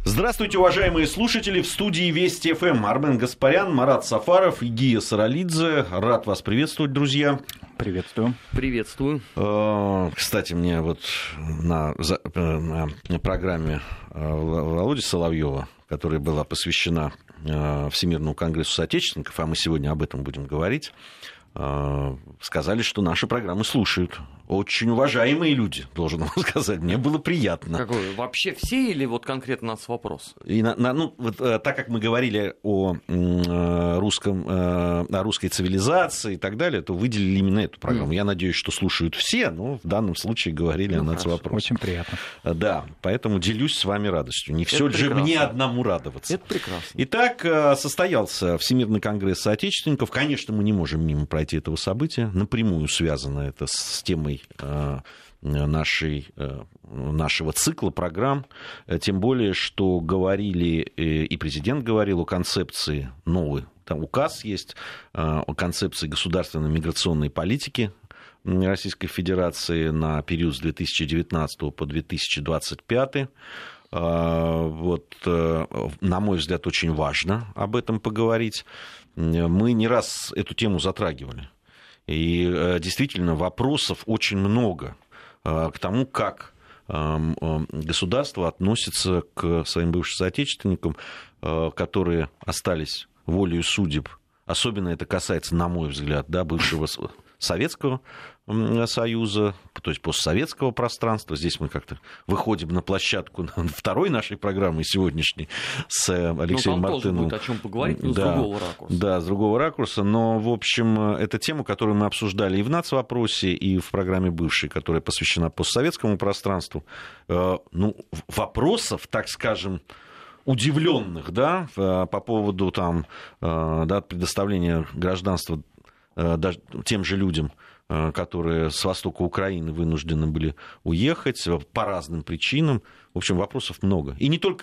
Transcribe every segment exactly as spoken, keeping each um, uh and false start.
Здравствуйте, уважаемые слушатели, в студии Вести ФМ. Армен Гаспарян, Марат Сафаров и Гия Саралидзе. Рад вас приветствовать, друзья. Приветствую. Приветствую. Кстати, мне вот на, на программе Володи Соловьева, которая была посвящена Всемирному конгрессу соотечественников, а мы сегодня об этом будем говорить, сказали, что наши программы слушают. Очень уважаемые люди, должен вам сказать. Мне было приятно. Какой? Вообще все или вот конкретно нас вопрос? И на, на, ну, вот, так как мы говорили о, русском, о русской цивилизации и так далее, то выделили именно эту программу. Mm. Я надеюсь, что слушают все, но в данном случае говорили ну, о нацвопросе. Очень приятно. Да, поэтому делюсь с вами радостью. Не все же мне одному радоваться. Это прекрасно. Итак, состоялся Всемирный конгресс соотечественников. Конечно, мы не можем мимо пройти этого события. Напрямую связано это с темой Нашей, нашего цикла программ, тем более, что говорили, и президент говорил о концепции новой, там указ есть, о концепции государственной миграционной политики Российской Федерации на период с две тысячи девятнадцатого по две тысячи двадцать пятый. Вот, на мой взгляд, очень важно об этом поговорить. Мы не раз эту тему затрагивали. И действительно вопросов очень много к тому, как государство относится к своим бывшим соотечественникам, которые остались волею судеб. Особенно это касается, на мой взгляд, да, бывшего Советского Союза, то есть постсоветского пространства. Здесь мы как-то выходим на площадку второй нашей программы сегодняшней с Алексеем ну, там Мартыновым. Тоже будет о чем поговорить, но да, с другого ракурса. Да, с другого ракурса. Но, в общем, это тема, которую мы обсуждали и в нацвопросе, и в программе бывшей, которая посвящена постсоветскому пространству. Ну, вопросов, так скажем, удивленных, да, по поводу там, да, предоставления гражданства даже тем же людям, которые с востока Украины вынуждены были уехать по разным причинам. В общем, вопросов много. И не только,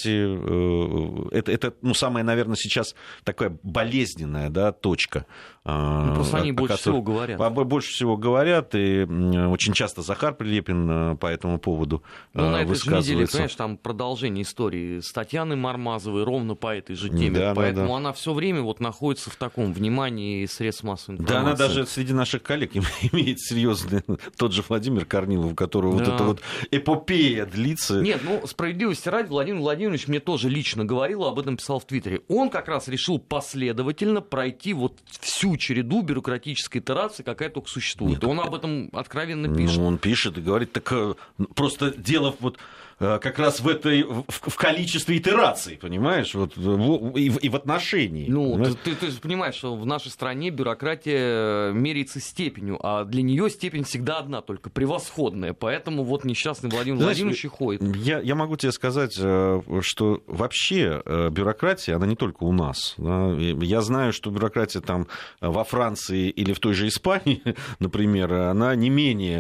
кстати, это, это ну, самая, наверное, сейчас такая болезненная, да, точка. Ну, просто о, они о больше которой, всего говорят. Больше всего говорят, и очень часто Захар Прилепин по этому поводу ну, на высказывается. этой же неделе, конечно, там продолжение истории с Татьяной Мармазовой ровно по этой же теме. Да, Поэтому да, да. она все время вот находится в таком внимании средств массовой информации. Да, она даже среди наших коллег имеет серьезный, тот же Владимир Корнилов, у которого да. вот эта вот эпопея длится. Нет, ну, справедливости ради, Владимир Владимирович мне тоже лично говорил, об этом писал в Твиттере. Он как раз решил последовательно пройти вот всю череду бюрократической итерации, какая только существует. Нет, и он об этом откровенно пишет. Ну, он пишет и говорит, так просто дело вот как раз в этой в количестве итераций, понимаешь, вот и в, и в отношении. Ну, ты, ты, ты же понимаешь, что в нашей стране бюрократия меряется степенью, а для нее степень всегда одна, только превосходная. Поэтому вот несчастный Владимир Знаешь, Владимирович и ходит. Я, я могу тебе сказать, что вообще бюрократия, она не только у нас. Я знаю, что бюрократия там во Франции или в той же Испании, например, она не менее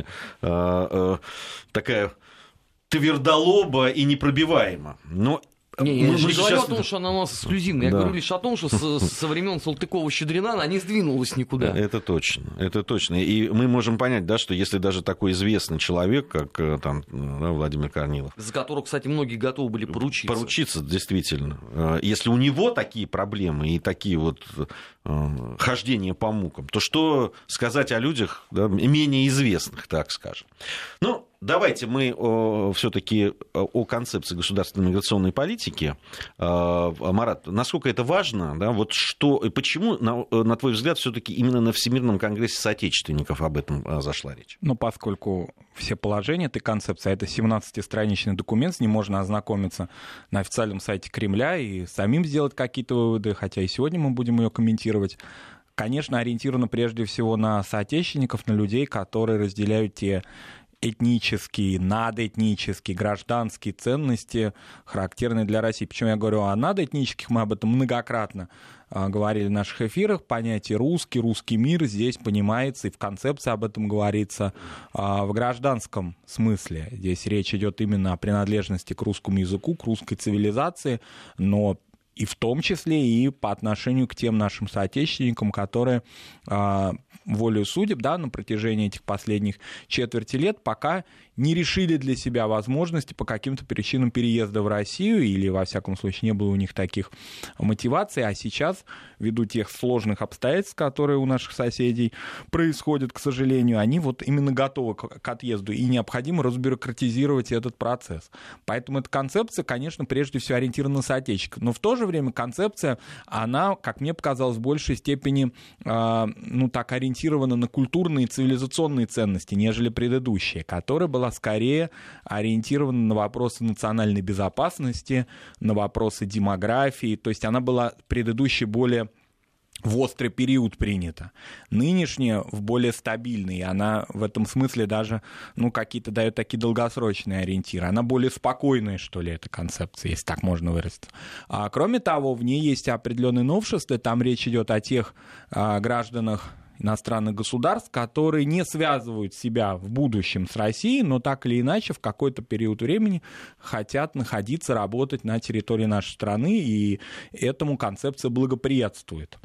такая твердолоба и непробиваема. Но Не, я мы, же не сейчас... говорю о том, что она у нас эксклюзивная. Я да. говорю лишь о том, что с, со времен Салтыкова-Щедрина она не сдвинулась никуда. Это точно, это точно. И мы можем понять, да, что если даже такой известный человек, как там, да, Владимир Корнилов... За которого, кстати, многие готовы были поручиться. Поручиться, действительно. Если у него такие проблемы и такие вот хождения по мукам, то что сказать о людях, да, менее известных, так скажем. Ну, давайте мы все-таки о концепции государственной миграционной политики. Марат, насколько это важно, да, вот что и почему, на, на твой взгляд, все-таки именно на Всемирном конгрессе соотечественников об этом зашла речь? Ну, поскольку все положения этой концепции, а это семнадцатистраничный документ, с ним можно ознакомиться на официальном сайте Кремля и самим сделать какие-то выводы, хотя и сегодня мы будем ее комментировать. Конечно, ориентировано прежде всего на соотечественников, на людей, которые разделяют те этнические, надэтнические, гражданские ценности, характерные для России. Почему я говорю о надэтнических, мы об этом многократно а, говорили в наших эфирах. Понятие «русский», «русский мир» здесь понимается, и в концепции об этом говорится а, в гражданском смысле. Здесь речь идет именно о принадлежности к русскому языку, к русской цивилизации, но и в том числе и по отношению к тем нашим соотечественникам, которые э, волею судеб, да, на протяжении этих последних четверти лет пока не решили для себя возможности по каким-то причинам переезда в Россию, или, во всяком случае, не было у них таких мотиваций, а сейчас, ввиду тех сложных обстоятельств, которые у наших соседей происходят, к сожалению, они вот именно готовы к отъезду, и необходимо разбюрократизировать этот процесс. Поэтому эта концепция, конечно, прежде всего ориентирована на соотечественников, но в то же время концепция, она, как мне показалось, в большей степени, э, ну, так ориентирована на культурные и цивилизационные ценности, нежели предыдущая, которая была скорее ориентирована на вопросы национальной безопасности, на вопросы демографии, то есть она была предыдущая более в острый период принята. Нынешняя в более стабильный, она в этом смысле даже, ну, какие-то дает такие долгосрочные ориентиры. Она более спокойная, что ли, эта концепция, если так можно выразиться. А, кроме того, в ней есть определенные новшества, там речь идет о тех а, гражданах иностранных государств, которые не связывают себя в будущем с Россией, но так или иначе в какой-то период времени хотят находиться, работать на территории нашей страны, и этому концепция благоприятствует.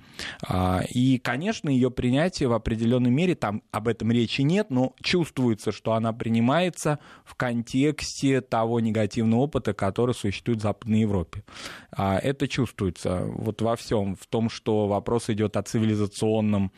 И, конечно, ее принятие в определенной мере, там об этом речи нет, но чувствуется, что она принимается в контексте того негативного опыта, который существует в Западной Европе. Это чувствуется вот во всем, в том, что вопрос идет о цивилизационном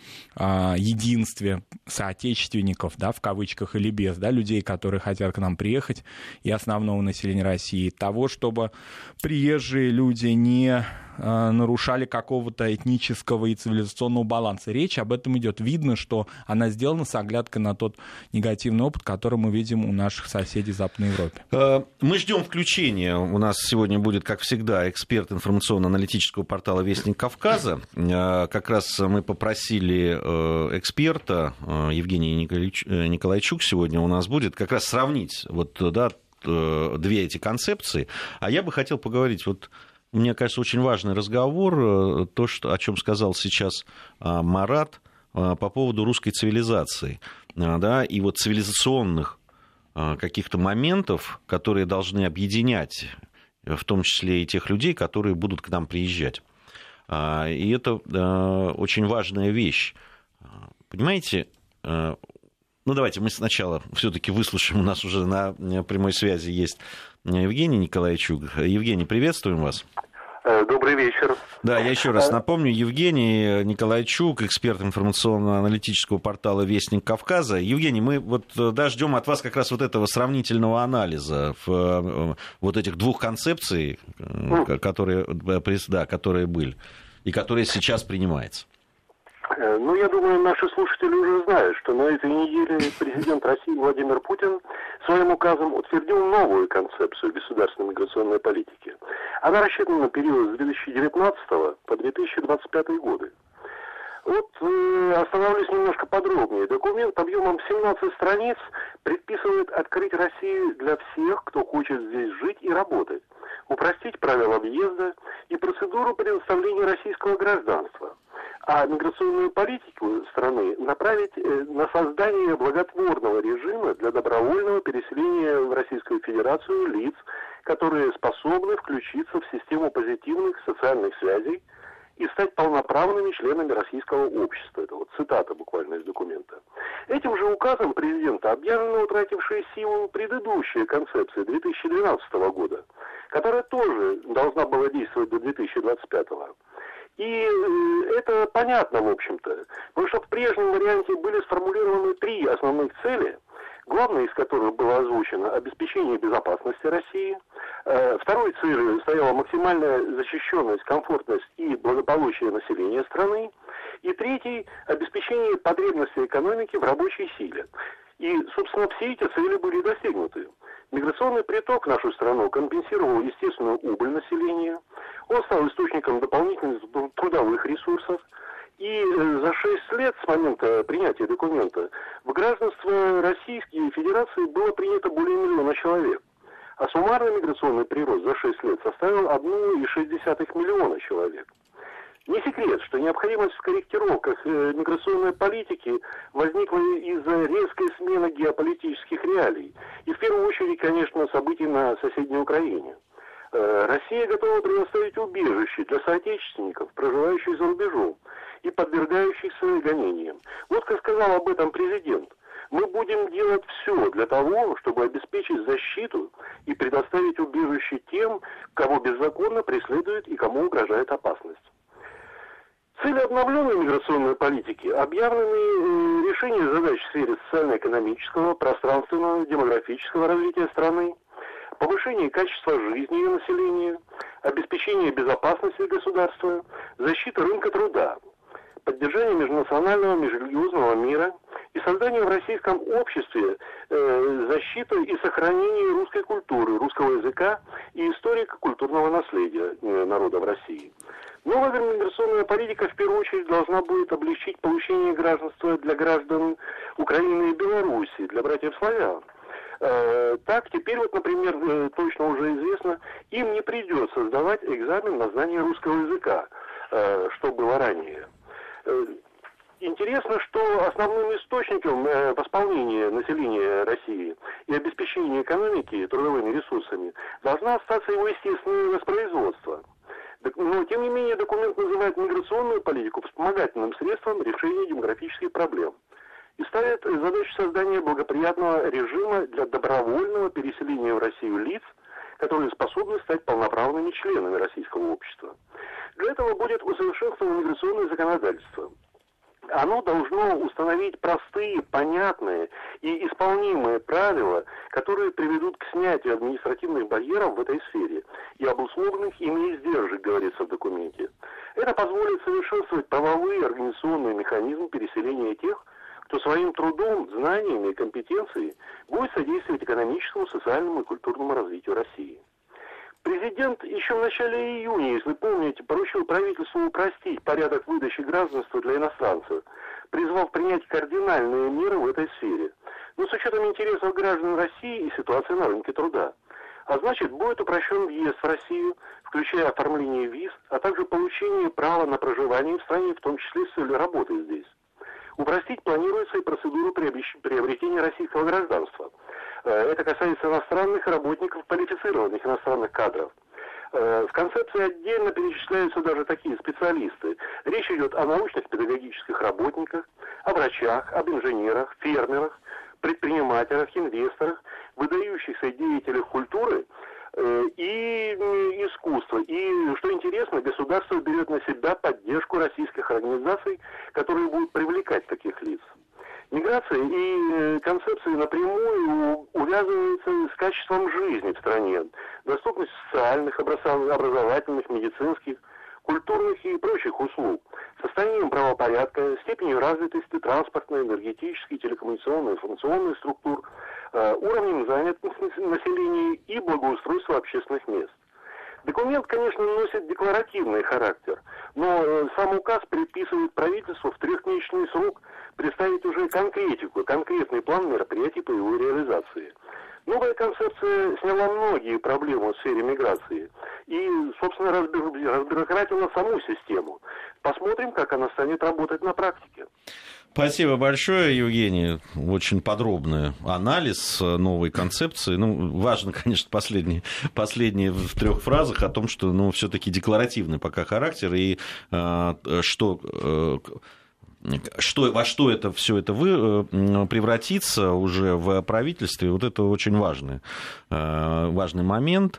единстве соотечественников, да, в кавычках или без, да, людей, которые хотят к нам приехать, и основного населения России, того, чтобы приезжие люди не нарушали какого-то этнического и цивилизационного баланса. Речь об этом идет. Видно, что она сделана с оглядкой на тот негативный опыт, который мы видим у наших соседей в Западной Европе. Мы ждем включения. У нас сегодня будет, как всегда, эксперт информационно-аналитического портала «Вестник Кавказа». Как раз мы попросили эксперта, Евгения Николайчук сегодня у нас будет, как раз сравнить вот, да, две эти концепции. А я бы хотел поговорить вот. Мне кажется, очень важный разговор, то, что, о чем сказал сейчас Марат, по поводу русской цивилизации, да, и вот цивилизационных каких-то моментов, которые должны объединять, в том числе и тех людей, которые будут к нам приезжать. И это очень важная вещь. Понимаете, ну давайте мы сначала все-таки выслушаем, у нас уже на прямой связи есть Евгений Николайчук. Евгений, приветствуем вас. Добрый вечер. Да, я еще раз напомню, Евгений Николайчук, эксперт информационно-аналитического портала «Вестник Кавказа». Евгений, мы вот да, ждем от вас как раз вот этого сравнительного анализа в, вот этих двух концепций, которые, да, которые были и которые сейчас принимаются. Ну, я думаю, наши слушатели уже знают, что на этой неделе президент России Владимир Путин своим указом утвердил новую концепцию государственной миграционной политики. Она рассчитана на период с две тысячи девятнадцатого по две тысячи двадцать пятый годы. Вот э, остановлюсь немножко подробнее. Документ объемом семнадцать страниц предписывает открыть Россию для всех, кто хочет здесь жить и работать, упростить правила въезда и процедуру предоставления российского гражданства, а миграционную политику страны направить на создание благотворного режима для добровольного переселения в Российскую Федерацию лиц, которые способны включиться в систему позитивных социальных связей и стать полноправными членами российского общества. Это вот цитата буквально из документа. Этим же указом президента объявлена утратившая силу предыдущая концепция две тысячи двенадцатого года, которая тоже должна была действовать до две тысячи двадцать пятого. И это понятно, в общем-то, потому что в прежнем варианте были сформулированы три основных цели, главная из которых была озвучена обеспечение безопасности России, второй целью стояла максимальная защищенность, комфортность и благополучие населения страны, и третий – обеспечение потребностей экономики в рабочей силе. И, собственно, все эти цели были достигнуты. Миграционный приток в нашу страну компенсировал естественную убыль населения, он стал источником дополнительных трудовых ресурсов, и за шесть лет с момента принятия документа в гражданство Российской Федерации было принято более миллиона человек, а суммарный миграционный прирост за шесть лет составил одна целая шесть десятых миллиона человек. Не секрет, что необходимость в корректировках миграционной политики возникла из-за резкой смены геополитических реалий. И в первую очередь, конечно, событий на соседней Украине. Россия готова предоставить убежище для соотечественников, проживающих за рубежом и подвергающихся гонениям. Вот как сказал об этом президент. Мы будем делать все для того, чтобы обеспечить защиту и предоставить убежище тем, кого беззаконно преследует и кому угрожает опасность. Цели обновленной миграционной политики объявлены решение задач в сфере социально-экономического, пространственного, демографического развития страны, повышение качества жизни ее населения, обеспечение безопасности государства, защита рынка труда, поддержание межнационального, межрелигиозного мира и создание в российском обществе э, защиты и сохранения русской культуры, русского языка и историко-культурного наследия э, народа в России. Новая миграционная политика в первую очередь должна будет облегчить получение гражданства для граждан Украины и Беларуси, для братьев-славян. Так, теперь вот, например, точно уже известно, им не придется сдавать экзамен на знание русского языка, что было ранее. Интересно, что основным источником восполнения населения России и обеспечения экономики трудовыми ресурсами должна остаться его естественное воспроизводство. Но, тем не менее, документ называет миграционную политику вспомогательным средством решения демографических проблем и ставит задачу создания благоприятного режима для добровольного переселения в Россию лиц, которые способны стать полноправными членами российского общества. Для этого будет усовершенствовано миграционное законодательство. Оно должно установить простые, понятные и исполнимые правила, которые приведут к снятию административных барьеров в этой сфере и обусловленных ими издержек, говорится в документе. Это позволит совершенствовать правовые и организационные механизмы переселения тех, кто своим трудом, знаниями и компетенцией будет содействовать экономическому, социальному и культурному развитию России. Президент еще в начале июня, если помните, поручил правительству упростить порядок выдачи гражданства для иностранцев, призвав принять кардинальные меры в этой сфере, но с учетом интересов граждан России и ситуации на рынке труда. А значит, будет упрощен въезд в Россию, включая оформление виз, а также получение права на проживание в стране, в том числе с целью работы здесь. Упростить планируется и процедуру приобретения российского гражданства. Это касается иностранных работников, квалифицированных иностранных кадров. В концепции отдельно перечисляются даже такие специалисты. Речь идет о научных педагогических работниках, о врачах, об инженерах, фермерах, предпринимателях, инвесторах, выдающихся деятелях культуры и искусства. И, что интересно, государство берет на себя поддержку российских организаций, которые будут привлекать таких лиц. Миграция и концепции напрямую увязываются с качеством жизни в стране, доступностью социальных, образовательных, медицинских, культурных и прочих услуг, состоянием правопорядка, степенью развитости транспортной, энергетической, телекоммуникационной, информационной структур, уровнем занятости населения и благоустройства общественных мест. Документ, конечно, носит декларативный характер, но сам указ предписывает правительству в трехмесячный срок представить уже конкретику, конкретный план мероприятий по его реализации. Новая концепция сняла многие проблемы в сфере миграции и, собственно, разбюрократила саму систему. Посмотрим, как она станет работать на практике. Спасибо большое, Евгений. Очень подробный анализ новой концепции. Ну, важно, конечно, последние, последние в трех фразах о том, что, ну, все-таки декларативный пока характер и э, что... Э, Что, во что это все это вы, превратится уже в правительстве, вот это очень важный, важный момент.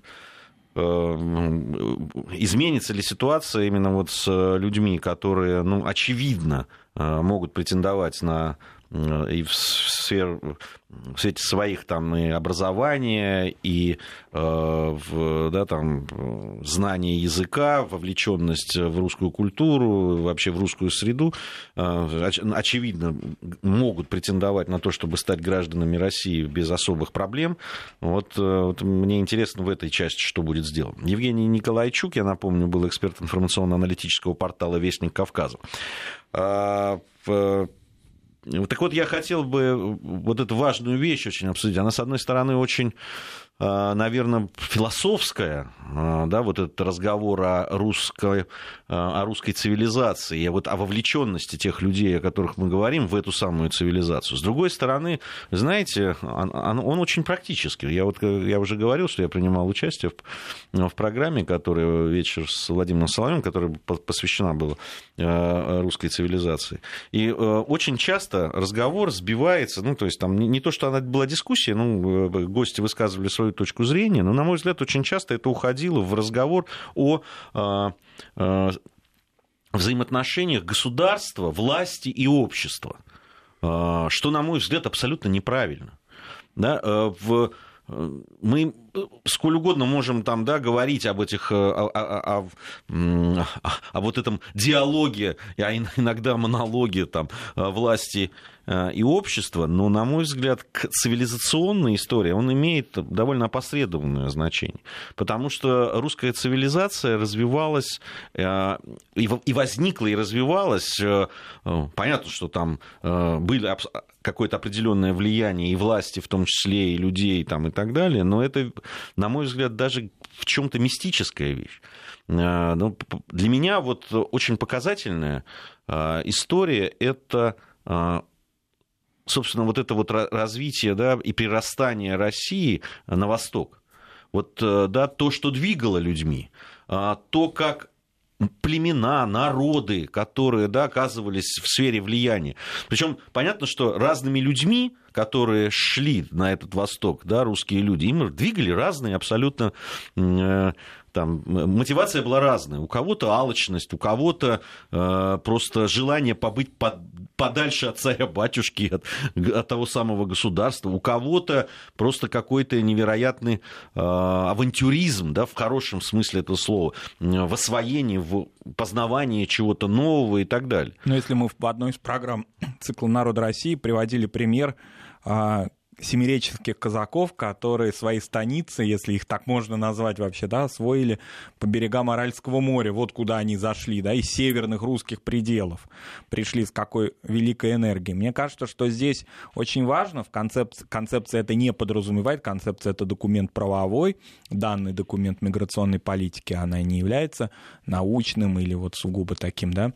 Изменится ли ситуация именно вот с людьми, которые, ну, очевидно, могут претендовать на и в сфере, в свете своих там и образования, и э, в, да, там, знания языка, вовлеченность в русскую культуру, вообще в русскую среду, э, оч, очевидно, могут претендовать на то, чтобы стать гражданами России без особых проблем. Вот, вот мне интересно в этой части, что будет сделано. Евгений Николайчук, я напомню, был эксперт информационно-аналитического портала «Вестник Кавказа». А, в, Так вот, я хотел бы вот эту важную вещь очень обсудить. Она, с одной стороны, очень наверное, философская, да, вот этот разговор о русской, о русской цивилизации, и вот о вовлеченности тех людей, о которых мы говорим, в эту самую цивилизацию. С другой стороны, знаете, он, он очень практический. Я, вот, я уже говорил, что я принимал участие в, в программе, которая «Вечер с Владимиром Соловьевым», которая посвящена была русской цивилизации. И очень часто разговор сбивается, ну, то есть там не, не то, что она была дискуссия, ну, гости высказывали свою точку зрения, но, на мой взгляд, очень часто это уходило в разговор о а, а, взаимоотношениях государства, власти и общества, а, что, на мой взгляд, абсолютно неправильно. Да, в... Мы сколь угодно можем там, да, говорить об этих, о, о, о, о, о вот этом диалоге, а иногда монологе там, власти и общества, но, на мой взгляд, цивилизационная история, он имеет довольно опосредованное значение, потому что русская цивилизация развивалась и возникла, и развивалась, понятно, что там были какое-то определенное влияние и власти, в том числе и людей там, и так далее, но это, на мой взгляд, даже в чем-то мистическая вещь. Но для меня вот очень показательная история – это, собственно, вот это вот развитие, да, и прирастание России на восток. Вот, да, то, что двигало людьми, то, как племена, народы, которые, да, оказывались в сфере влияния. Причем понятно, что разными людьми, которые шли на этот восток, да, русские люди, им двигали разные абсолютно... Э, там, мотивация была разная. У кого-то алчность, у кого-то э, просто желание побыть под, подальше от царя-батюшки, от, от того самого государства. У кого-то просто какой-то невероятный э, авантюризм, да, в хорошем смысле этого слова, в освоении, в познавании чего-то нового и так далее. Но если мы в одной из программ цикла «Народ России» приводили пример э, семиреческих казаков, которые свои станицы, если их так можно назвать вообще, да, освоили по берегам Аральского моря, вот куда они зашли, да, из северных русских пределов, пришли с какой великой энергией. Мне кажется, что здесь очень важно, в концепции, концепция это не подразумевает, концепция это документ правовой, данный документ миграционной политики, она не является научным или вот сугубо таким, да,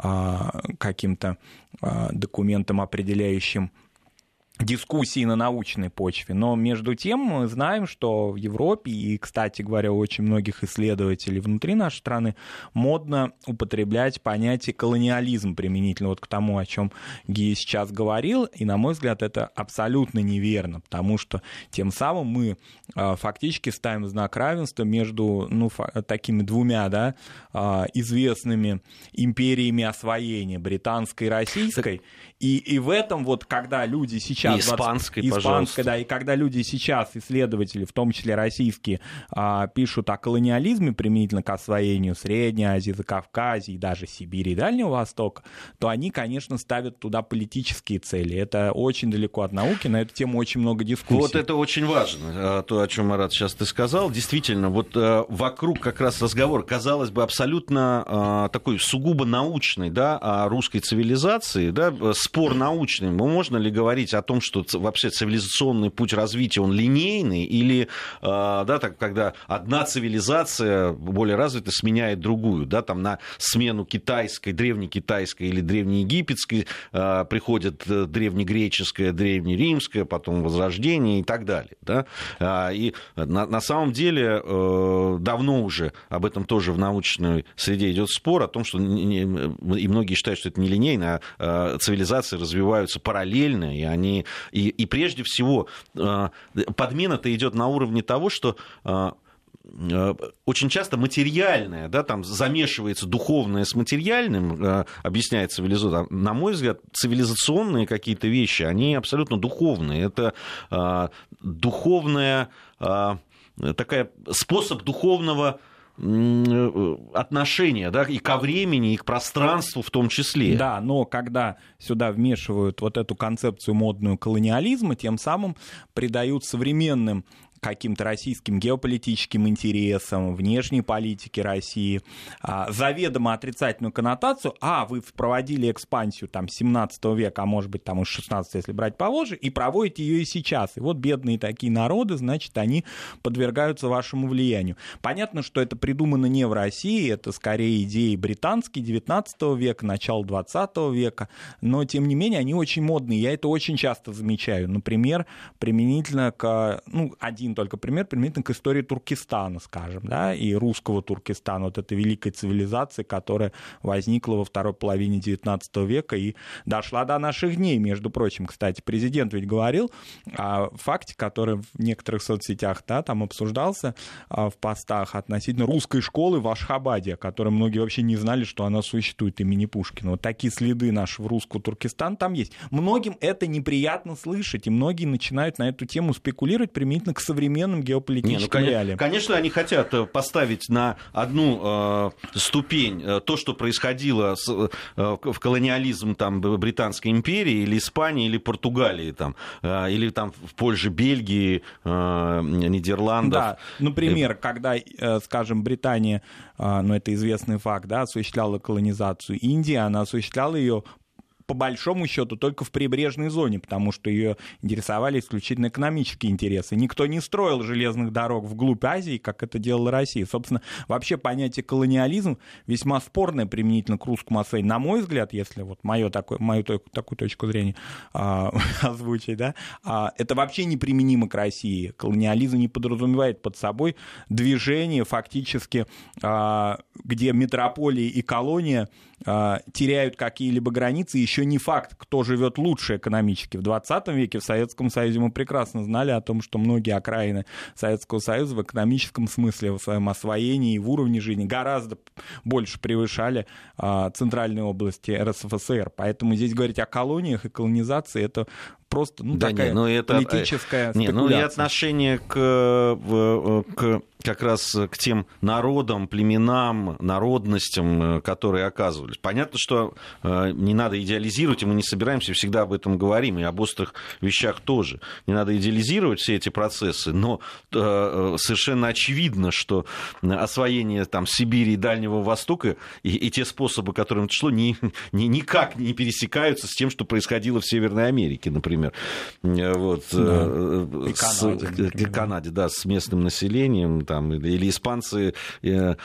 каким-то документом, определяющим дискуссии на научной почве. Но между тем мы знаем, что в Европе и, кстати говоря, у очень многих исследователей внутри нашей страны модно употреблять понятие колониализм применительно вот к тому, о чем Гия сейчас говорил. И, на мой взгляд, это абсолютно неверно, потому что тем самым мы фактически ставим знак равенства между, ну, такими двумя, да, известными империями освоения, британской и российской. И, и в этом вот, когда люди сейчас... И испанской, двадцать, пожалуйста. Да, и когда люди сейчас, исследователи, в том числе российские, пишут о колониализме применительно к освоению Средней Азии, Закавказья и даже Сибири и Дальнего Востока, то они, конечно, ставят туда политические цели. Это очень далеко от науки, на эту тему очень много дискуссий. Вот это очень важно, то, о чем, Марат, сейчас ты сказал. Действительно, вот вокруг как раз разговор, казалось бы, абсолютно такой сугубо научный, да, о русской цивилизации, да, спор научный. Можно ли говорить о том, что вообще цивилизационный путь развития, он линейный, или, да, так, когда одна цивилизация более развитая сменяет другую, да, там на смену китайской, древнекитайской или древнеегипетской приходит древнегреческая, древнеримская, потом возрождение и так далее, да. И на, на самом деле давно уже об этом тоже в научной среде идет спор о том, что и многие считают, что это не линейно, а цивилизации развиваются параллельно, и они и, и прежде всего подмена-то идет на уровне того, что очень часто материальное, да, там замешивается духовное с материальным, объясняет цивилизация. На мой взгляд, цивилизационные какие-то вещи, они абсолютно духовные. Это духовная, такая способ духовного отношения, да, и ко времени, и к пространству в том числе. Да, но когда сюда вмешивают вот эту концепцию модную колониализма, тем самым придают современным каким-то российским геополитическим интересам, внешней политике России, заведомо отрицательную коннотацию, а вы проводили экспансию там, с семнадцатого века, а может быть там и с шестнадцатого, если брать поволжье, и проводите ее и сейчас. И вот бедные такие народы, значит, они подвергаются вашему влиянию. Понятно, что это придумано не в России, это скорее идеи британские, девятнадцатого века, начало двадцатого века, но, тем не менее, они очень модные, я это очень часто замечаю. Например, применительно к, ну, один только пример, применительно к истории Туркестана, скажем, да, и русского Туркестана, вот этой великой цивилизации, которая возникла во второй половине девятнадцатого века и дошла до наших дней, между прочим. Кстати, президент ведь говорил о факте, который в некоторых соцсетях, да, там обсуждался в постах относительно русской школы в Ашхабаде, о которой многие вообще не знали, что она существует, имени Пушкина. Вот такие следы нашего русского Туркестана там есть. Многим это неприятно слышать, и многие начинают на эту тему спекулировать применительно к современным геополитическим Не, ну, реалиям. Конечно, они хотят поставить на одну э, ступень э, то, что происходило с, э, в колониализм там, Британской империи, или Испании, или Португалии, там, э, или там, в Польше, Бельгии, э, Нидерландов. Да, например, когда, э, скажем, Британия, э, ну это известный факт, да, осуществляла колонизацию Индии, она осуществляла ее по большому счету только в прибрежной зоне, потому что ее интересовали исключительно экономические интересы. Никто не строил железных дорог вглубь Азии, как это делала Россия. Собственно, вообще понятие колониализм весьма спорное применительно к русскому населению. На мой взгляд, если вот мою, такой, мою такую точку зрения а, озвучить, да, а, это вообще неприменимо к России. Колониализм не подразумевает под собой движение фактически, а, где метрополия и колония а, теряют какие-либо границы. Еще не факт, кто живет лучше экономически. В двадцатом веке в Советском Союзе мы прекрасно знали о том, что многие окраины Советского Союза в экономическом смысле, в своем освоении и в уровне жизни гораздо больше превышали а, центральные области эр эс эф эс эр. Поэтому здесь говорить о колониях и колонизации — это просто ну, да такая не, ну это, политическая не, спекуляция. Ну и отношение к, к, как раз к тем народам, племенам, народностям, которые оказывались. Понятно, что не надо идеализировать, и мы не собираемся, всегда об этом говорим, и об острых вещах тоже. Не надо идеализировать все эти процессы, но совершенно очевидно, что освоение там, Сибири и Дальнего Востока и, и те способы, которым это шло, ни, ни, никак не пересекаются с тем, что происходило в Северной Америке, например. Вот, да. с, Канаде, Канаде, да, с местным населением, там, или испанцы в,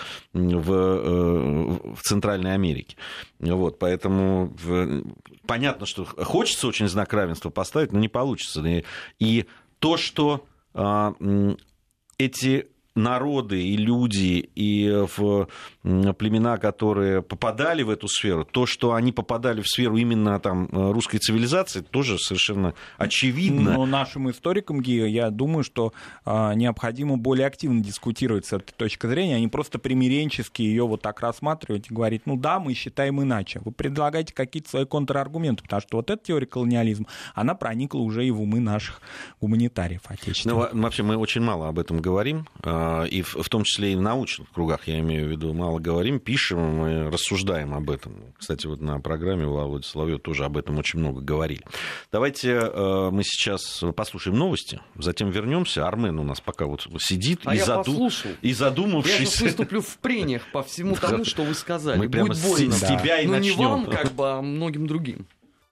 в Центральной Америке. Вот, поэтому понятно, что хочется очень знак равенства поставить, но не получится. И, и то, что а, эти народы и люди, и в племена, которые попадали в эту сферу, то, что они попадали в сферу именно там, русской цивилизации, тоже совершенно очевидно. Но нашим историкам, Гио, я думаю, что а, необходимо более активно дискутировать с этой точки зрения, а не просто примиренчески ее вот так рассматривать и говорить, ну да, мы считаем иначе. Вы предлагаете какие-то свои контраргументы, потому что вот эта теория колониализма, она проникла уже и в умы наших гуманитариев отечественных. Ну, вообще мы очень мало об этом говорим, и в, в том числе и в научных кругах, я имею в виду, мало говорим, пишем, мы рассуждаем об этом. Кстати, вот на программе Володя Соловьев тоже об этом очень много говорили. Давайте э, мы сейчас послушаем новости, затем вернемся. Армен у нас пока вот сидит а и, я заду... и задумавшись... Я сейчас выступлю в прениях по всему тому, что вы сказали. Мы Будет прямо больно. с тебя и Но начнем. Не вам, как бы, а многим другим.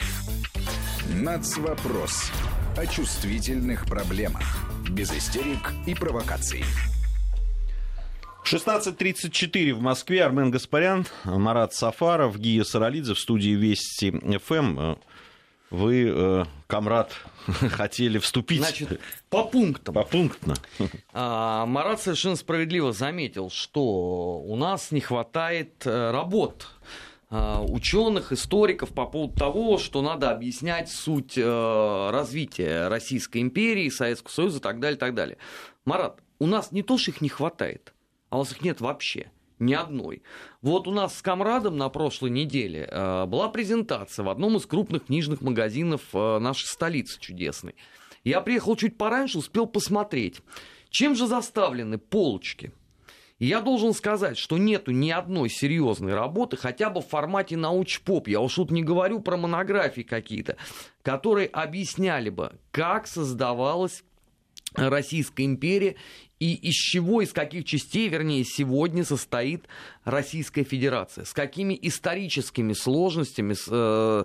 Нацвопрос. О чувствительных проблемах. Без истерик и провокаций. шестнадцать тридцать четыре в Москве. Армен Гаспарян, Марат Сафаров, Гия Саралидзе в студии Вести эф эм. Вы, комрад, хотели вступить... Значит, по пунктам. Попунктно. А, Марат совершенно справедливо заметил, что у нас не хватает работ ученых, историков по поводу того, что надо объяснять суть развития Российской империи, Советского Союза и так далее, так далее. Марат, у нас не то, что их не хватает, а у нас их нет вообще, ни одной. Вот у нас с комрадом на прошлой неделе была презентация в одном из крупных книжных магазинов нашей столицы чудесной. Я приехал чуть пораньше, успел посмотреть, чем же заставлены полочки. И я должен сказать, что нету ни одной серьезной работы, хотя бы в формате научпоп, я уж тут не говорю про монографии какие-то, которые объясняли бы, как создавалась Российская империя и из чего, из каких частей, вернее, сегодня состоит Российская Федерация, с какими историческими сложностями э,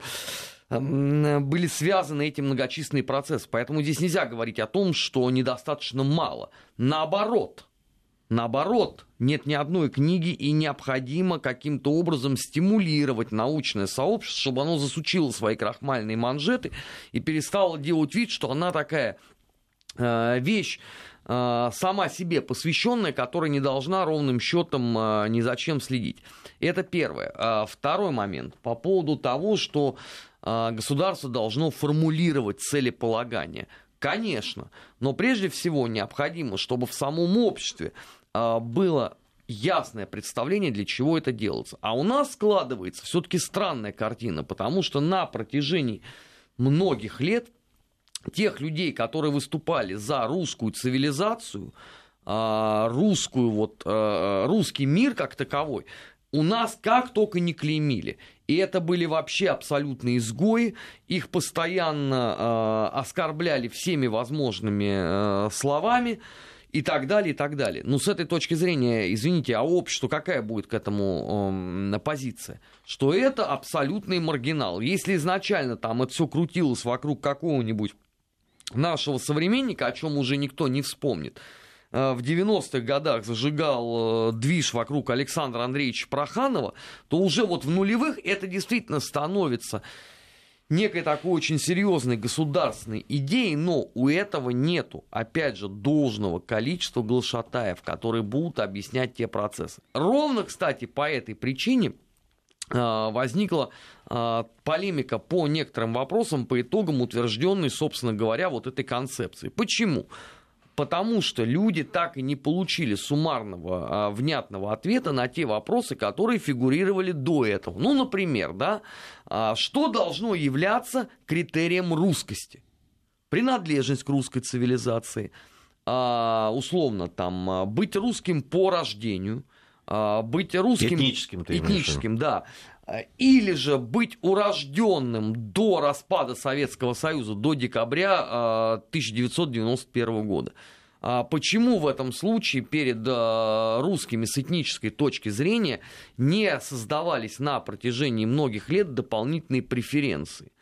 э, были связаны эти многочисленные процессы. Поэтому здесь нельзя говорить о том, что недостаточно мало. Наоборот, наоборот, нет ни одной книги, и необходимо каким-то образом стимулировать научное сообщество, чтобы оно засучило свои крахмальные манжеты и перестало делать вид, что она такая э, вещь, сама себе посвященная, которая не должна ровным счетом ни за чем следить. Это первое. Второй момент. По поводу того, что государство должно формулировать целеполагание. Конечно, но прежде всего необходимо, чтобы в самом обществе было ясное представление, для чего это делается. А у нас складывается все-таки странная картина, потому что на протяжении многих лет тех людей, которые выступали за русскую цивилизацию, русскую, вот, русский мир как таковой, у нас как только не клеймили. И это были вообще абсолютные изгои, их постоянно оскорбляли всеми возможными словами и так далее, и так далее. Ну, с этой точки зрения, извините, а общество какая будет к этому э, позиция? Что это абсолютный маргинал. Если изначально там это все крутилось вокруг какого-нибудь нашего современника, о чем уже никто не вспомнит, в девяностых годах зажигал движ вокруг Александра Андреевича Проханова, то уже вот в нулевых это действительно становится некой такой очень серьезной государственной идеей, но у этого нету, опять же, должного количества глашатаев, которые будут объяснять те процессы. Ровно, кстати, по этой причине возникла полемика по некоторым вопросам, по итогам утвержденной, собственно говоря, вот этой концепции. Почему? Потому что люди так и не получили суммарного, внятного ответа на те вопросы, которые фигурировали до этого. Ну, например, да, что должно являться критерием русскости? Принадлежность к русской цивилизации, условно, там, быть русским по рождению, быть русским... Этническим, ты этническим, да. Или же быть урожденным до распада Советского Союза, до декабря тысяча девятьсот девяносто первого года. Почему в этом случае перед русскими с этнической точки зрения не создавались на протяжении многих лет дополнительные преференции,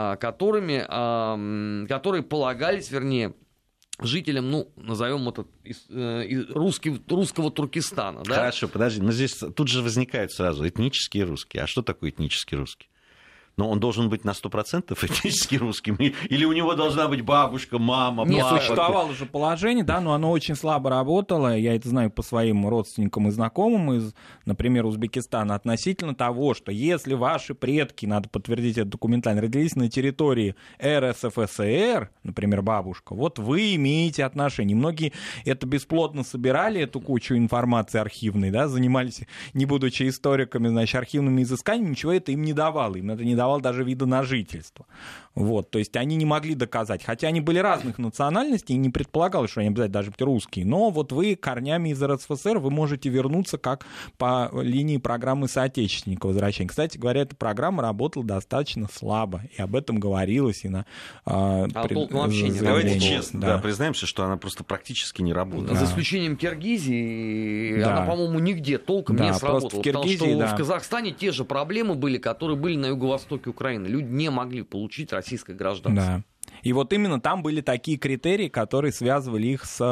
которыми, которые полагались, вернее, жителям, ну, назовем это русский, русского Туркестана. Да? Хорошо, подожди, но здесь тут же возникают сразу этнические русские. А что такое этнический русский? Но он должен быть на сто процентов этнически русским? Или у него должна быть бабушка, мама, Нет, папа? Существовало же положение, да, но оно очень слабо работало. Я это знаю по своим родственникам и знакомым из, например, Узбекистана, относительно того, что если ваши предки, надо подтвердить это документально, родились на территории эр эс эф эс эр, например, бабушка, вот вы имеете отношение. Многие это бесплодно собирали, эту кучу информации архивной, да, занимались, не будучи историками, значит, архивными изысканиями, ничего это им не давало. Им это не давало даже вида на жительство. Вот, то есть они не могли доказать. Хотя они были разных национальностей, и не предполагалось, что они обязательно даже быть русские. Но вот вы корнями из эр эс эф эс эр, вы можете вернуться как по линии программы соотечественника возвращения. Кстати говоря, эта программа работала достаточно слабо. И об этом говорилось. И на, а а пред... толком вообще не Давайте работала. честно, да. Да, признаемся, что она просто практически не работала. Да. За исключением Киргизии, да. она, по-моему, нигде толком да, не сработала. В Киргизии, потому что да. в Казахстане те же проблемы были, которые были на юго-востоке Украины. Люди не могли получить российское гражданство. Да. И вот именно там были такие критерии, которые связывали их с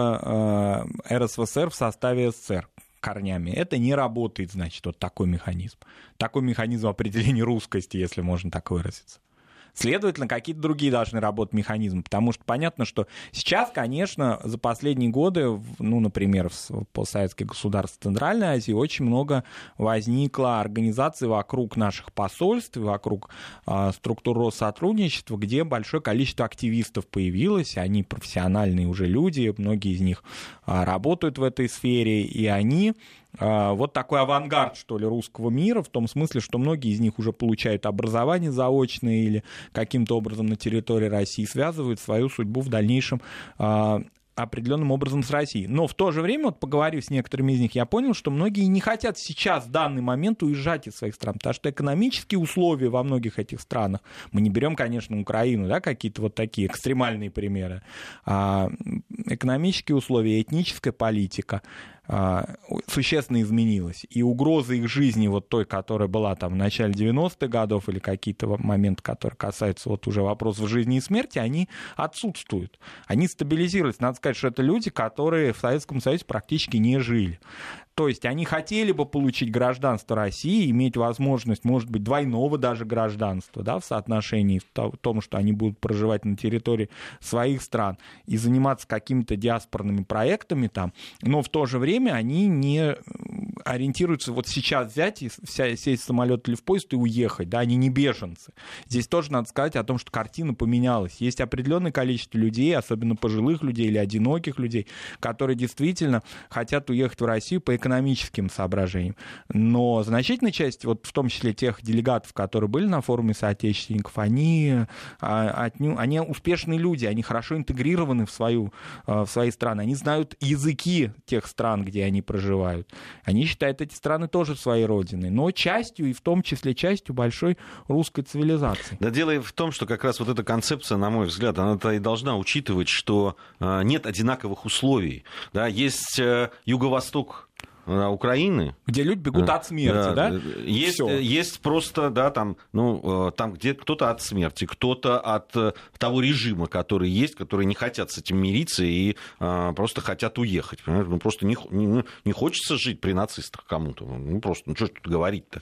э, эр эс эф эс эр в составе эс эс эс эр корнями. Это не работает, значит, вот такой механизм. Такой механизм определения русскости, если можно так выразиться. Следовательно, какие-то другие должны работать механизмы, потому что понятно, что сейчас, конечно, за последние годы, ну, например, в постсоветских государствах Центральной Азии очень много возникло организаций вокруг наших посольств, вокруг э, структур Россотрудничества, где большое количество активистов появилось, они профессиональные уже люди, многие из них э, работают в этой сфере, и они... Вот такой авангард, что ли, русского мира, в том смысле, что многие из них уже получают образование заочное или каким-то образом на территории России связывают свою судьбу в дальнейшем определенным образом с Россией. Но в то же время, вот поговорив с некоторыми из них, я понял, что многие не хотят сейчас, в данный момент, уезжать из своих стран, потому что экономические условия во многих этих странах, мы не берем, конечно, Украину, да, какие-то вот такие экстремальные примеры, а экономические условия, этническая политика существенно изменилась. И угроза их жизни, вот той, которая была там в начале девяностых годов, или какие-то моменты, которые касаются вот уже вопросов жизни и смерти, они отсутствуют. Они стабилизировались. Надо сказать, что это люди, которые в Советском Союзе практически не жили. То есть они хотели бы получить гражданство России, иметь возможность, может быть, двойного даже гражданства, да, в соотношении в том, что они будут проживать на территории своих стран и заниматься какими-то диаспорными проектами там, но в то же время они не ориентируются вот сейчас взять и сесть в самолет или в поезд и уехать, да, они не беженцы. Здесь тоже надо сказать о том, что картина поменялась. Есть определенное количество людей, особенно пожилых людей или одиноких людей, которые действительно хотят уехать в Россию по экономическим соображениям. Но значительная часть, вот в том числе тех делегатов, которые были на форуме соотечественников, они, они успешные люди, они хорошо интегрированы в, свою, в свои страны, они знают языки тех стран, где они проживают. Они считают эти страны тоже своей родиной, но частью, и в том числе частью большой русской цивилизации. Да, дело в том, что как раз вот эта концепция, на мой взгляд, она-то и должна учитывать, что нет одинаковых условий. Да, есть юго-восток Украины, где люди бегут от смерти, да? да? Есть, есть просто, да, там, ну, там, где кто-то от смерти, кто-то от того режима, который есть, которые не хотят с этим мириться и а, просто хотят уехать. Понимаете? Ну, просто не, не, не хочется жить при нацистах кому-то. Ну, просто, ну, что тут говорить-то?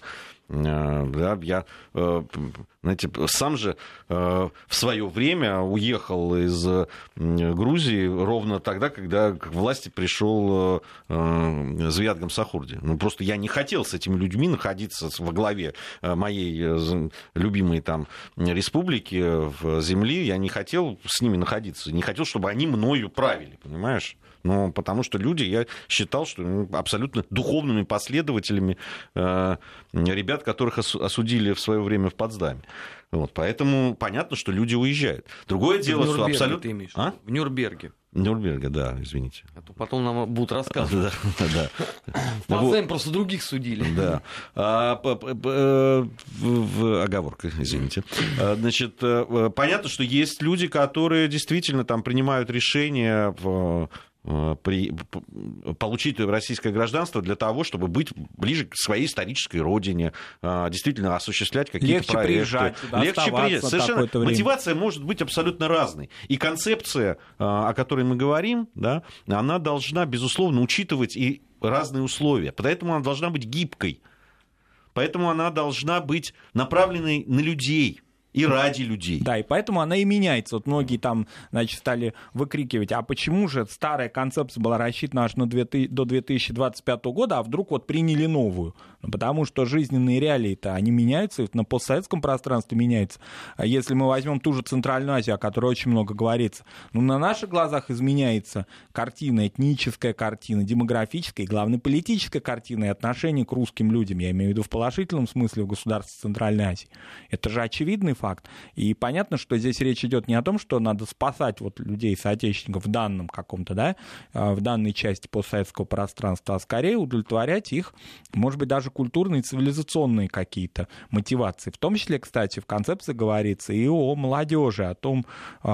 Да, я, знаете, сам же в свое время уехал из Грузии ровно тогда, когда к власти пришел Зviad Gamsahurdi. Ну, просто я не хотел с этими людьми находиться во главе моей любимой там республики, в земли. Я не хотел с ними находиться. Не хотел, чтобы они мною правили, понимаешь? Ну, потому что люди, я считал, что ну, абсолютно духовными последователями э, ребят, которых осудили в свое время в Потсдаме. Вот, поэтому понятно, что люди уезжают. Другое в дело, Нюрнберге, что абсолютно... Ты имеешь, а? В Нюрнберге. В Нюрнберге, да, извините. А то потом нам будут рассказывать. В Потсдаме просто других судили. Да. Оговорка, извините. Значит, понятно, что есть люди, которые действительно там принимают решения в... При, получить российское гражданство для того, чтобы быть ближе к своей исторической родине, действительно осуществлять какие-то легче проекты. Приезжать, да, легче приезжать. Совершенно мотивация может быть абсолютно разной. И концепция, о которой мы говорим, да, она должна, безусловно, учитывать и разные условия. Поэтому она должна быть гибкой. Поэтому она должна быть направленной на людей. И ради людей. Да, и поэтому она и меняется. Вот многие там, значит, стали выкрикивать, а почему же старая концепция была рассчитана аж на до две тысячи двадцать пятого года, а вдруг вот приняли новую? Ну, потому что жизненные реалии-то, они меняются, на постсоветском пространстве меняются. Если мы возьмем ту же Центральную Азию, о которой очень много говорится, ну, на наших глазах изменяется картина, этническая картина, демографическая и, главное, политическая картина и отношение к русским людям, я имею в виду в положительном смысле в государстве Центральной Азии. Это же очевидный факт. И понятно, что здесь речь идет не о том, что надо спасать вот людей, соотечественников в данном каком-то, да, в данной части постсоветского пространства, а скорее удовлетворять их, может быть, даже культурные, цивилизационные какие-то мотивации. В том числе, кстати, в концепции говорится и о молодежи, о том,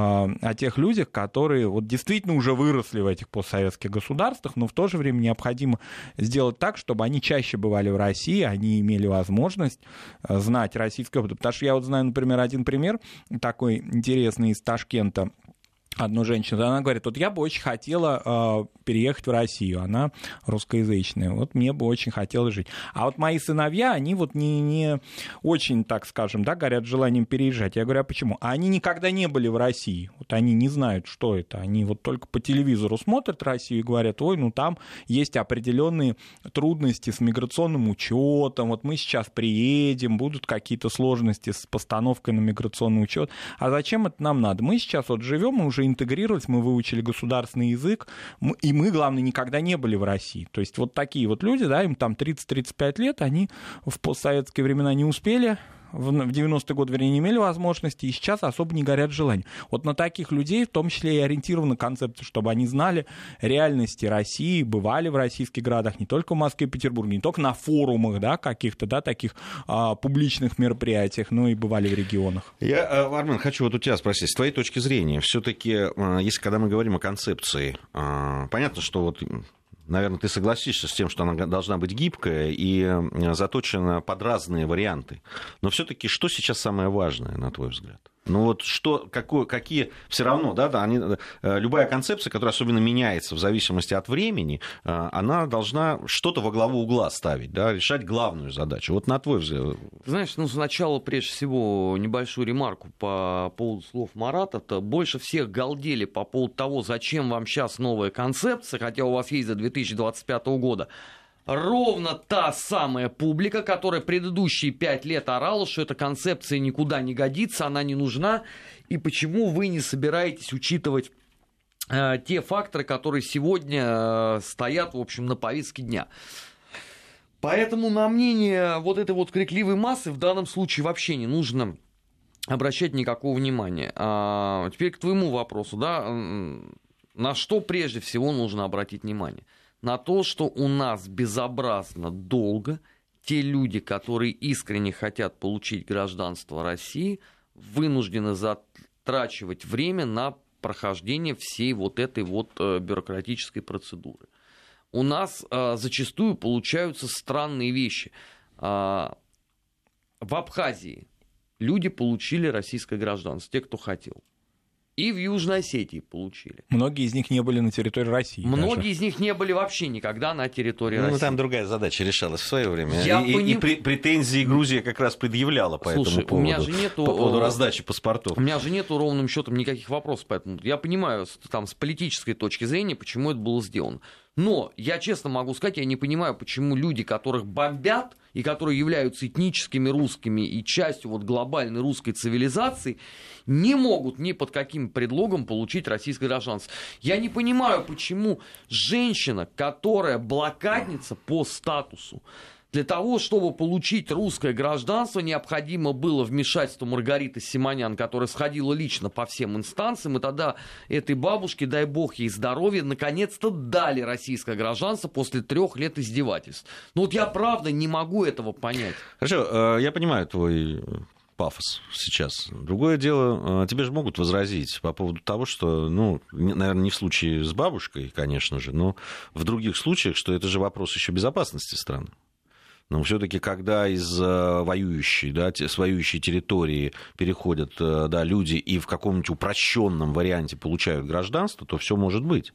о тех людях, которые вот действительно уже выросли в этих постсоветских государствах, но в то же время необходимо сделать так, чтобы они чаще бывали в России, они имели возможность знать российский опыт. Потому что я вот знаю, например, один пример такой интересный из Ташкента. Одну женщину, она говорит, вот я бы очень хотела э, переехать в Россию, она русскоязычная, вот мне бы очень хотелось жить. А вот мои сыновья, они вот не, не очень, так скажем, да, горят желанием переезжать. Я говорю, а почему? А они никогда не были в России, вот они не знают, что это, они вот только по телевизору смотрят Россию и говорят, ой, ну там есть определенные трудности с миграционным учетом, вот мы сейчас приедем, будут какие-то сложности с постановкой на миграционный учет. А зачем это нам надо? Мы сейчас вот живем, мы уже интегрировались, мы выучили государственный язык, и мы, главное, никогда не были в России. То есть вот такие вот люди, да, им там тридцать-тридцать пять лет, они в постсоветские времена не успели в девяностые годы, вернее, не имели возможности, и сейчас особо не горят желанием. Вот на таких людей в том числе и ориентирована концепция, чтобы они знали реальности России, бывали в российских городах, не только в Москве и Петербурге, не только на форумах, да, каких-то, да, таких а, публичных мероприятиях, но и бывали в регионах. Я, Армен, хочу вот у тебя спросить, с твоей точки зрения, все-таки, если когда мы говорим о концепции, понятно, что вот... Наверное, ты согласишься с тем, что она должна быть гибкая и заточена под разные варианты. Но все-таки что сейчас самое важное, на твой взгляд? Ну вот что, какое, какие, все равно, да, да, они, любая концепция, которая особенно меняется в зависимости от времени, она должна что-то во главу угла ставить, да, решать главную задачу. Вот на твой взгляд. Знаешь, ну сначала, прежде всего, небольшую ремарку по поводу слов Марата-то. Больше всех галдели по поводу того, зачем вам сейчас новая концепция, хотя у вас есть до две тысячи двадцать пятого года. Ровно та самая публика, которая предыдущие пять лет орала, что эта концепция никуда не годится, она не нужна, и почему вы не собираетесь учитывать э, те факторы, которые сегодня э, стоят, в общем, на повестке дня. Поэтому на мнение вот этой вот крикливой массы в данном случае вообще не нужно обращать никакого внимания. А теперь к твоему вопросу, да, на что прежде всего нужно обратить внимание? На то, что у нас безобразно долго те люди, которые искренне хотят получить гражданство России, вынуждены затрачивать время на прохождение всей вот этой вот бюрократической процедуры. У нас а, зачастую получаются странные вещи. А, в Абхазии люди получили российское гражданство, те, кто хотел. И в Южной Осетии получили. Многие из них не были на территории России. Многие даже. из них не были вообще никогда на территории ну, России. Ну, там другая задача решалась в свое время. Я и, поним... и пр- претензии Грузия как раз предъявляла по Слушай, этому поводу. У меня же нету... По поводу раздачи паспортов. У меня же нету ровным счетом никаких вопросов. Поэтому я понимаю там, с политической точки зрения, почему это было сделано. Но я честно могу сказать, я не понимаю, почему люди, которых бомбят, и которые являются этническими русскими и частью вот глобальной русской цивилизации, не могут ни под каким предлогом получить российское гражданство. Я не понимаю, почему женщина, которая блокадница по статусу, для того, чтобы получить русское гражданство, необходимо было вмешательство Маргариты Симонян, которая сходила лично по всем инстанциям, и тогда этой бабушке, дай бог ей здоровья, наконец-то дали российское гражданство после трех лет издевательств. Ну вот я правда не могу этого понять. Хорошо, я понимаю твой пафос сейчас. Другое дело, тебе же могут возразить по поводу того, что, ну, наверное, не в случае с бабушкой, конечно же, но в других случаях, что это же вопрос еще безопасности страны. Но все-таки, когда из воюющей, да, с воюющей территории переходят, да, люди и в каком-нибудь упрощенном варианте получают гражданство, то все может быть.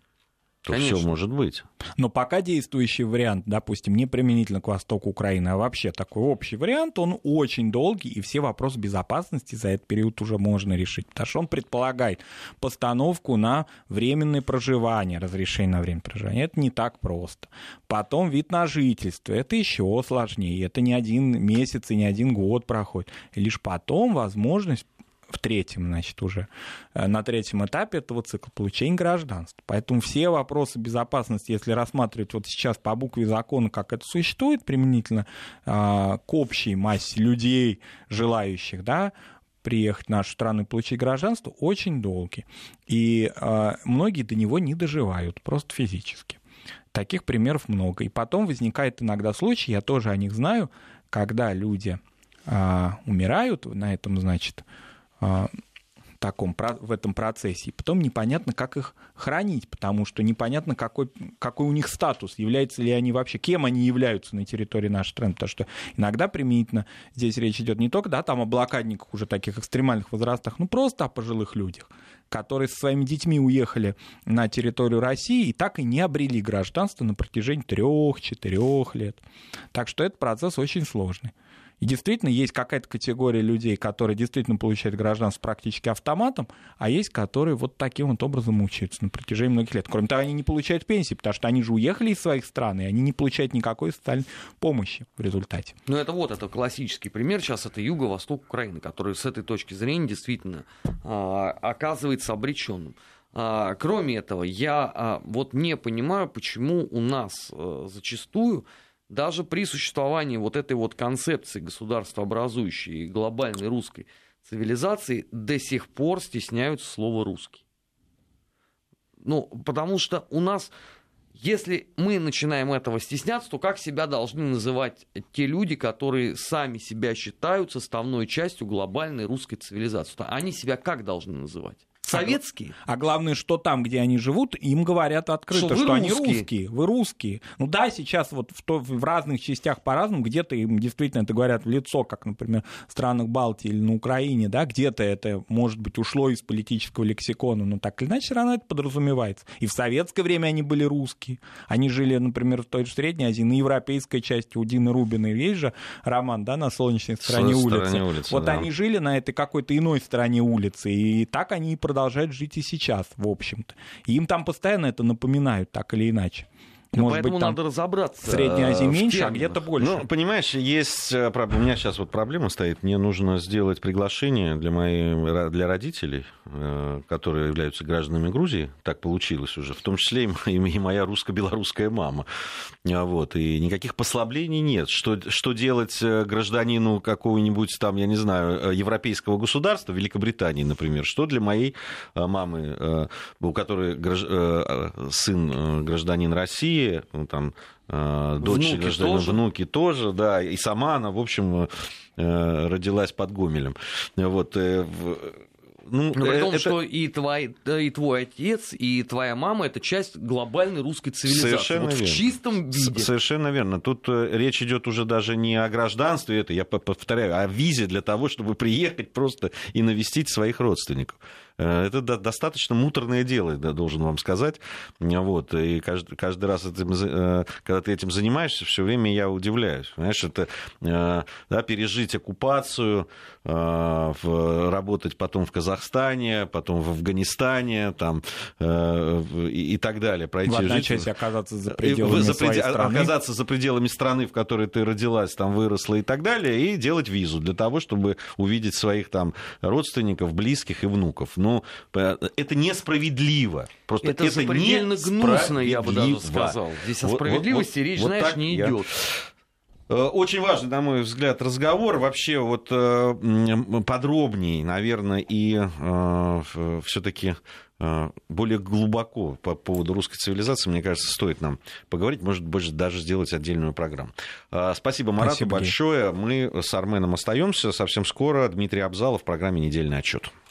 То все может быть. Но пока действующий вариант, допустим, не применительно к востоку Украины, а вообще такой общий вариант, он очень долгий, и все вопросы безопасности за этот период уже можно решить, потому что он предполагает постановку на временное проживание, разрешение на временное проживание. Это не так просто. Потом вид на жительство, это еще сложнее, это не один месяц и не один год проходит. И лишь потом возможность в третьем, значит, уже на третьем этапе этого цикла получения гражданства. Поэтому все вопросы безопасности, если рассматривать вот сейчас по букве закона, как это существует, применительно а, к общей массе людей, желающих, да, приехать в нашу страну и получить гражданство, очень долгие. И а, многие до него не доживают, просто физически. Таких примеров много. И потом возникает иногда случай, я тоже о них знаю, когда люди а, умирают на этом, значит, таком, в этом процессе, и потом непонятно, как их хранить, потому что непонятно, какой, какой у них статус, являются ли они вообще, кем они являются на территории нашей страны, потому что иногда применительно здесь речь идет не только, да, там о блокадниках уже таких экстремальных возрастах, ну просто о пожилых людях, которые со своими детьми уехали на территорию России и так и не обрели гражданство на протяжении трех-четырех лет. Так что этот процесс очень сложный. И действительно есть какая-то категория людей, которые действительно получают гражданство практически автоматом, а есть, которые вот таким вот образом мучаются на протяжении многих лет. Кроме того, они не получают пенсии, потому что они же уехали из своих стран, и они не получают никакой социальной помощи в результате. Ну, это вот, это классический пример. Сейчас это юго-восток Украины, который с этой точки зрения действительно а, оказывается обреченным. А, кроме этого, я а, вот не понимаю, почему у нас а, зачастую даже при существовании вот этой вот концепции государствообразующей и глобальной русской цивилизации до сих пор стесняются слова «русский». Ну, потому что у нас, если мы начинаем этого стесняться, то как себя должны называть те люди, которые сами себя считают составной частью глобальной русской цивилизации? Они себя как должны называть? Советские. А главное, что там, где они живут, им говорят открыто, что, что они русские, вы русские. Ну да, сейчас вот в, то, в разных частях по-разному, где-то им действительно это говорят в лицо, как, например, в странах Балтии или на Украине, да, где-то это, может быть, ушло из политического лексикона, но так или иначе все равно это подразумевается. И в советское время они были русские. Они жили, например, в той же Средней Азии, на европейской части у Дины Рубиной есть же роман, да, «На солнечной стороне улицы». улицы. Вот да. Они жили на этой какой-то иной стороне улицы, и так они и продолжают продолжают жить и сейчас, в общем-то. И им там постоянно это напоминают, так или иначе. Может поэтому быть, там надо разобраться. В Средней Азии меньше, а где-то больше. Ну, понимаешь, есть проблема. У меня сейчас вот проблема стоит. Мне нужно сделать приглашение для моих, для родителей, которые являются гражданами Грузии. Так получилось уже. В том числе и моя русско-белорусская мама. Вот. И никаких послаблений нет. Что, что делать гражданину какого-нибудь там, я не знаю, европейского государства, Великобритании, например, что для моей мамы, у которой сын гражданин России, ну, там, э, дочь, внуки гражданина, тоже. внуки тоже, да, и сама она, в общем, э, родилась под Гомелем. Вот, э, в, ну, Но при том, это... что и твой, и твой отец, и твоя мама — это часть глобальной русской цивилизации. Совершенно вот верно. В чистом виде. Совершенно верно. Тут речь идет уже даже не о гражданстве, это я повторяю, а о визе для того, чтобы приехать просто и навестить своих родственников. Это достаточно муторное дело, да, должен вам сказать. Вот. И каждый, каждый раз, этим, когда ты этим занимаешься, все время я удивляюсь. Понимаешь, это да, пережить оккупацию, работать потом в Казахстане, потом в Афганистане там, и, и так далее. Пройти в одночасье оказаться за пределами за своей пред... страны. Оказаться за пределами страны, в которой ты родилась, там выросла и так далее, и делать визу для того, чтобы увидеть своих там родственников, близких и внуков. Ну, это несправедливо. Просто это это запредельно гнусно, я бы даже сказал. Здесь о справедливости вот, вот, речь, вот знаешь, не идет. Очень важный, на мой взгляд, разговор. Вообще вот подробнее, наверное, и все-таки более глубоко по поводу русской цивилизации, мне кажется, стоит нам поговорить, может быть, даже сделать отдельную программу. Спасибо, Марату, Спасибо большое. Мы с Арменом остаемся. Совсем скоро Дмитрий Абзалов в программе «Недельный отчет».